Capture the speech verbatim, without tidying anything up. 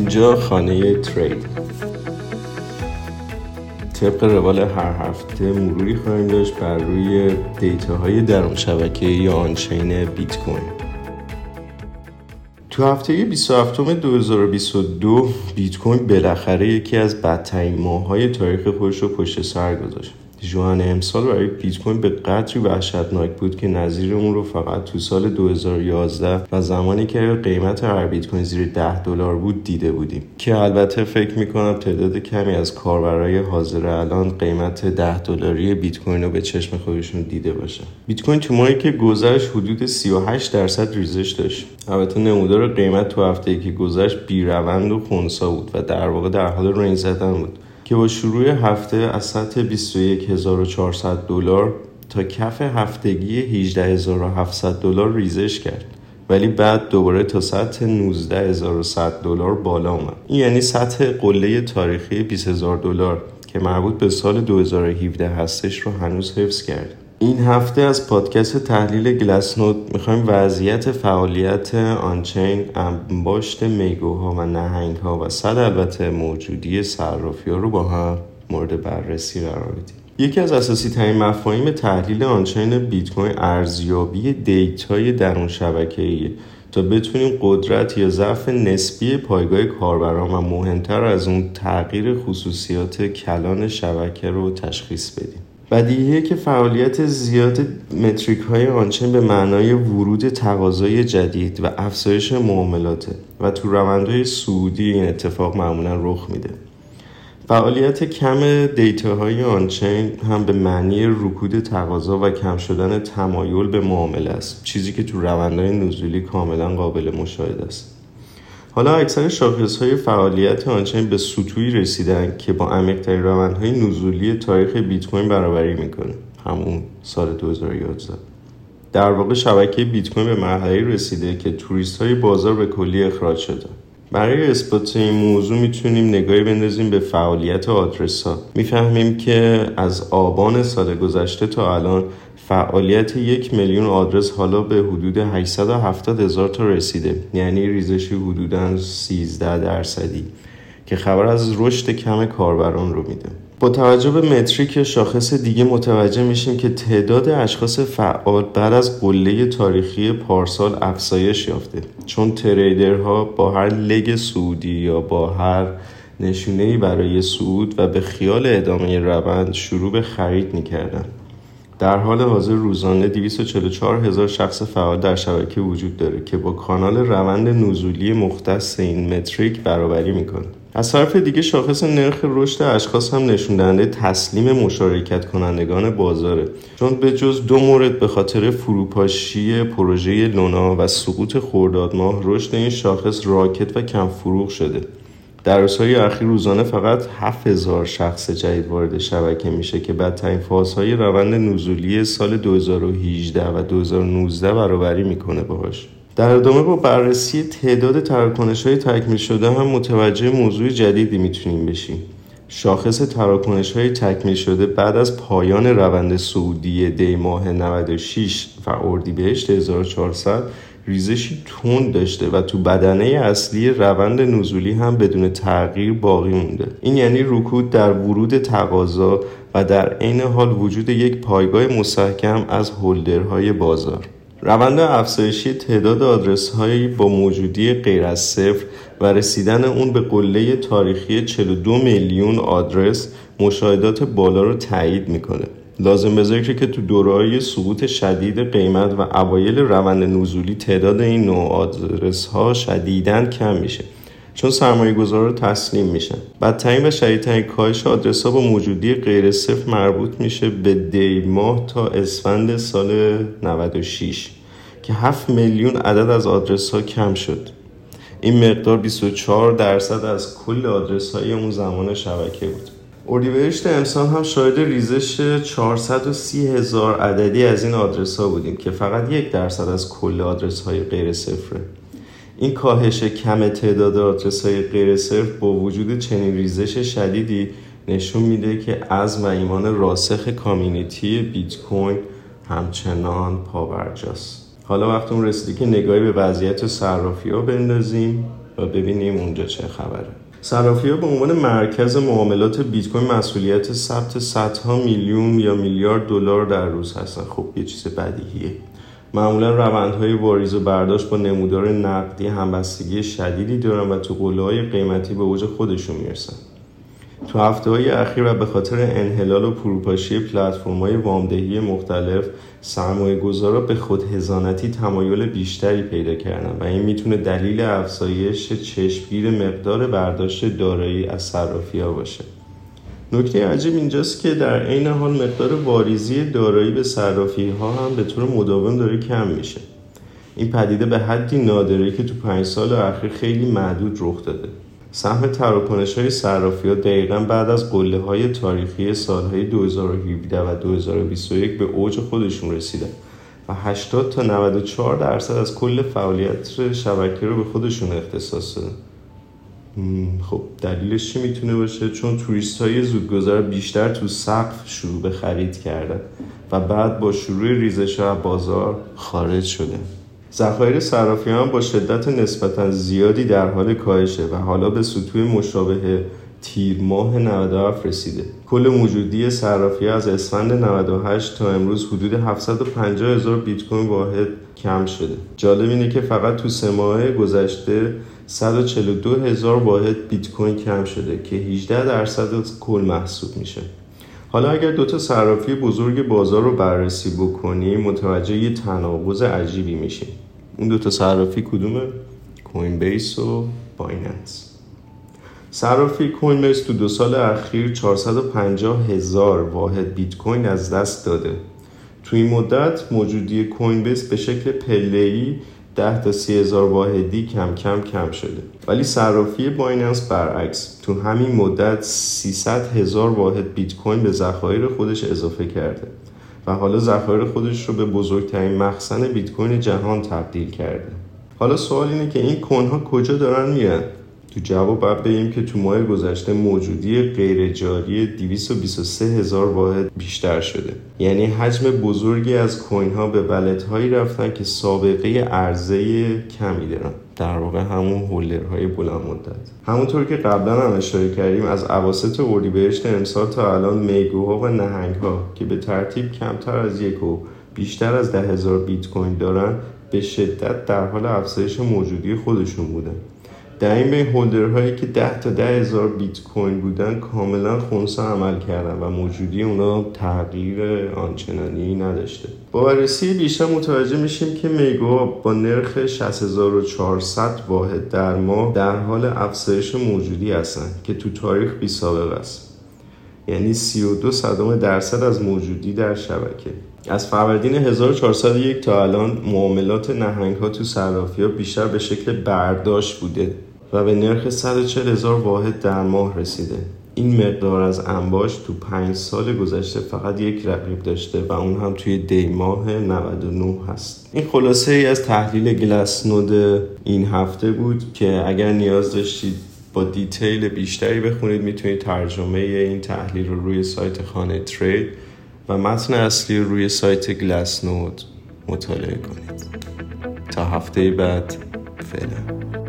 اینجا خانه ترید. طبق روال هر هفته مروری خواهیم داشت بر روی دیتاهای درون شبکه‌ای یا آنچین بیت کوین. تو هفته بیست و هفتم دو هزار و بیست و دو بیت کوین بالاخره یکی از بدترین ماه‌های تاریخ خودش رو پشت سر گذاشت. ژوئن امسال برای بیت کوین به قدری وحشتناک بود که نظیر اون رو فقط تو سال دو هزار و یازده و زمانی که قیمت هر بیت کوین زیر ده دلار بود دیده بودیم، که البته فکر میکنم تعداد کمی از کاربرای حاضر الان قیمت ده دلاری بیت کوین رو به چشم خودشون دیده باشه. بیت کوین تو ماهی که گذشت حدود سی و هشت درصد ریزش داشت. البته نمودار قیمت تو هفته‌ای که گذشت بی‌روند و خنثی بود و در واقع در حال رنج زدن بود که با شروع هفته از سطح بیست و یک هزار و چهارصد دلار تا کف هفتگی هجده هزار و هفتصد دلار ریزش کرد، ولی بعد دوباره تا سطح نوزده هزار و صد دلار بالا اومد. این یعنی سطح قله تاریخی بیست هزار دلار که مربوط به سال دو هزار و هفده هستش رو هنوز حفظ کرد. این هفته از پادکست تحلیل گلسنود میخوایم وضعیت فعالیت آنچین، انباشت میگوها و نهنگها و صد البته موجودی صرافی‌ها رو با هم مورد بررسی قرار بدیم. یکی از اساسی ترین مفاهیم تحلیل آنچین بیت کوین ارزیابی دیتای درون شبکه‌ایه تا بتونیم قدرت یا ضعف نسبی پایگاه کاربران و مهمتر از اون تغییر خصوصیات کلان شبکه رو تشخیص بدیم. بدیهیه که فعالیت زیاد متریک های آنچین به معنای ورود تقاضای جدید و افزایش معاملاته و تو روندهای صعودی این اتفاق معمولا رخ میده. فعالیت کم دیتاهای آنچین هم به معنی رکود تقاضا و کم شدن تمایل به معامله است، چیزی که تو روندهای نزولی کاملا قابل مشاهده است. حالا اکثر شاخص‌های فعالیت آنچین به سطوحی رسیدن که با عمیق‌ترین روندهای نزولی تاریخ بیت کوین برابری میکنه، همون سال دو هزار و یازده. در واقع شبکه بیت کوین به مرحله‌ای رسیده که توریست‌های بازار به کلی اخراج شدن. برای اثبات این موضوع میتونیم نگاهی بندازیم به فعالیت آدرس‌ها. میفهمیم که از آبان سال گذشته تا الان فعالیت یک میلیون آدرس حالا به حدود هشتصد و هفتاد هزار تا رسیده، یعنی ریزشی حدوداً سیزده درصدی که خبر از رشد کم کاربران رو میده. با توجه به متریک شاخص دیگه متوجه میشیم که تعداد اشخاص فعال بعد از قله تاریخی پارسال افزایش یافته، چون تریدرها با هر لگ صعودی یا با هر نشونه‌ای برای صعود و به خیال ادامه روند شروع به خرید میکردن. در حال حاضر روزانه دویست و چهل و چهار هزار شخص فعال در شبکه وجود داره که با کانال روند نزولی مختص این متریک برابری میکنه. از طرف دیگه شاخص نرخ رشد اشخاص هم نشون دهنده تسلیم مشارکت کنندگان بازاره، چون به جز دو مورد به خاطر فروپاشی پروژه لونا و سقوط خرداد ماه رشد این شاخص راکت و کم فروغ شده. در روزهای اخیر روزانه فقط هفت هزار شخص جدید وارد شبکه میشه که بدترین فازهای روند نزولی سال دو هزار و هجده و دو هزار و نوزده برابری میکنه باهاش. در ادامه با بررسی تعداد تراکنش‌های تکمیل شده هم متوجه موضوع جدیدی میتونیم بشیم. شاخص تراکنش‌های تکمیل شده بعد از پایان روند صعودی دی ماه نود و شش و اردیبهشت هزار و چهارصد ریزشی تند داشته و تو بدنه اصلی روند نزولی هم بدون تغییر باقی مونده. این یعنی رکود در ورود تقاضا و در عین حال وجود یک پایگاه مستحکم از هولدرهای بازار. روند افزایشی تعداد آدرس‌هایی با موجودی غیر از صفر و رسیدن اون به قله تاریخی چهل و دو میلیون آدرس مشاهدات بالا رو تایید میکنه. لازم به ذکره که تو دوره‌های سقوط شدید قیمت و اوایل روند نزولی تعداد این نوع آدرس‌ها شدیداً کم میشه، چون سرمایه‌گذارا تسلیم میشن. بدترین و شدیدترین کاهش آدرس‌ها با موجودی غیر صفر مربوط میشه به دی ماه تا اسفند سال نود و شش که هفت میلیون عدد از آدرس‌ها کم شد. این مقدار بیست و چهار درصد از کل آدرس‌های اون زمان شبکه بود. اردیبهشت امسال هم شاهد ریزش چهارصد و سی هزار عددی از این آدرس‌ها بودیم که فقط یک درصد از کل آدرس‌های غیر صفره. این کاهش کم تعداد آدرس‌های غیر صفر با وجود چنین ریزش شدیدی نشون میده که عزم و ایمان راسخ کامیونیتی بیت کوین همچنان پابرجاست. حالا وقت اون رسیده که نگاهی به وضعیت صرافی‌ها بندازیم. و ببینیم اونجا چه خبره. صرافی‌ها به عنوان مرکز معاملات بیت کوین مسئولیت ثبت صدها میلیون یا میلیارد دلار در روز هستن. خب یه چیز بدیهیه. معمولا روندهای واریز و برداشت با نمودار نقدی همبستگی شدیدی دارن و تو قله‌های قیمتی به اوج خودشون میرسن. تو هفته‌های اخیر و به خاطر انحلال و فروپاشی پلتفرم‌های وامدهی مختلف، سرمایه‌گذارا به خودهضانتی تمایل بیشتری پیدا کردن و این میتونه دلیل افزایش چشمگیر مقدار برداشت دارایی از صرافی‌ها باشه. نکته عجیب اینجاست که در عین حال مقدار واریزی دارایی به صرافی‌ها هم به طور مداوم داره کم میشه. این پدیده به حدی نادره که تو پنج سال اخیر خیلی محدود رخ داده. سهم تراکنش‌های صرافی‌ها دقیقاً بعد از قله‌های تاریخی سال‌های دو هزار و هفده و دو هزار و بیست و یک به اوج خودشون رسیدن و هشتاد تا نود و چهار درصد از کل فعالیت شبکه رو به خودشون اختصاص دادن. خب دلیلش چی میتونه باشه؟ چون توریست‌های زودگذر بیشتر تو سقف شروع به خرید کردن و بعد با شروع ریزش بازار خارج شده. ذخایر صرافی‌ها با شدت نسبتاً زیادی در حال کاهشه و حالا به سطوح مشابه تیر ماه نود و هفت رسیده. کل موجودی صرافی‌ها از اسفند نود و هشت تا امروز حدود هفتصد و پنجاه هزار بیت کوین واحد کم شده. جالب اینه که فقط تو سه ماه گذشته صد و چهل و دو هزار واحد بیت کوین کم شده که هجده درصد از کل محسوب میشه. حالا اگر دوتا صرافی بزرگ بازار رو بررسی بکنیم متوجه یه تناقض عجیبی میشیم. اون دوتا صرافی کدومه؟ کوین بیس و بایننس. صرافی کوین بیس تو دو سال اخیر چهارصد و پنجاه هزار واحد بیت کوین از دست داده. تو این مدت موجودی کوین بیس به شکل پله‌ای ده تا سی هزار واحدی کم کم کم شده. ولی صرافی بایننس برعکس تو همین مدت سیصد هزار واحد بیت کوین به ذخایر خودش اضافه کرده و حالا ذخایر خودش رو به بزرگترین مخزن بیت کوین جهان تبدیل کرده. حالا سوال اینه که این کوین ها کجا دارن میرن؟ تو جواب باید بگیم که تو ماه گذشته موجودی غیر جاری دویست و بیست و سه هزار واحد بیشتر شده. یعنی حجم بزرگی از کوین ها به والت هایی رفتن که سابقه عرضه کمی دارن. در واقع همون هولدرهای بلند مدت. همونطور که قبلا هم اشاره کردیم از اواسط اردیبهشت امسال تا الان میگوها و نهنگها که به ترتیب کمتر از یک و بیشتر از ده هزار بیت کوین دارن به شدت در حال افزایش موجودی خودشون بودن. در این بین هولدرهایی که ده تا ده هزار بیت کوین بودن کاملا خنثی عمل کردن و موجودی اونا تغییر آنچنانی نداشته. با بررسی بیشتر متوجه میشیم که میگو با نرخ شصت هزار و چهارصد واحد در ماه در حال افزایش موجودی هستن که تو تاریخ بی سابقه است. یعنی سی و دو صدم درصد از موجودی در شبکه. از فروردین هزار و چهارصد و یک تا الان معاملات نهنگ‌ها تو صرافی‌ها بیشتر به شکل برداشت بوده و به نرخ صد و چهل هزار واحد در ماه رسیده. این مقدار از انباش تو پنج سال گذشته فقط یک رقیب داشته و اون هم توی دی ماه نود و نه هست. این خلاصه ای از تحلیل گلسنود این هفته بود که اگر نیاز داشتید با دیتیل بیشتری بخونید میتونید ترجمه این تحلیل رو روی سایت خانه ترید و متن اصلی رو روی سایت گلسنود مطالعه کنید. تا هفته بعد، فعلا.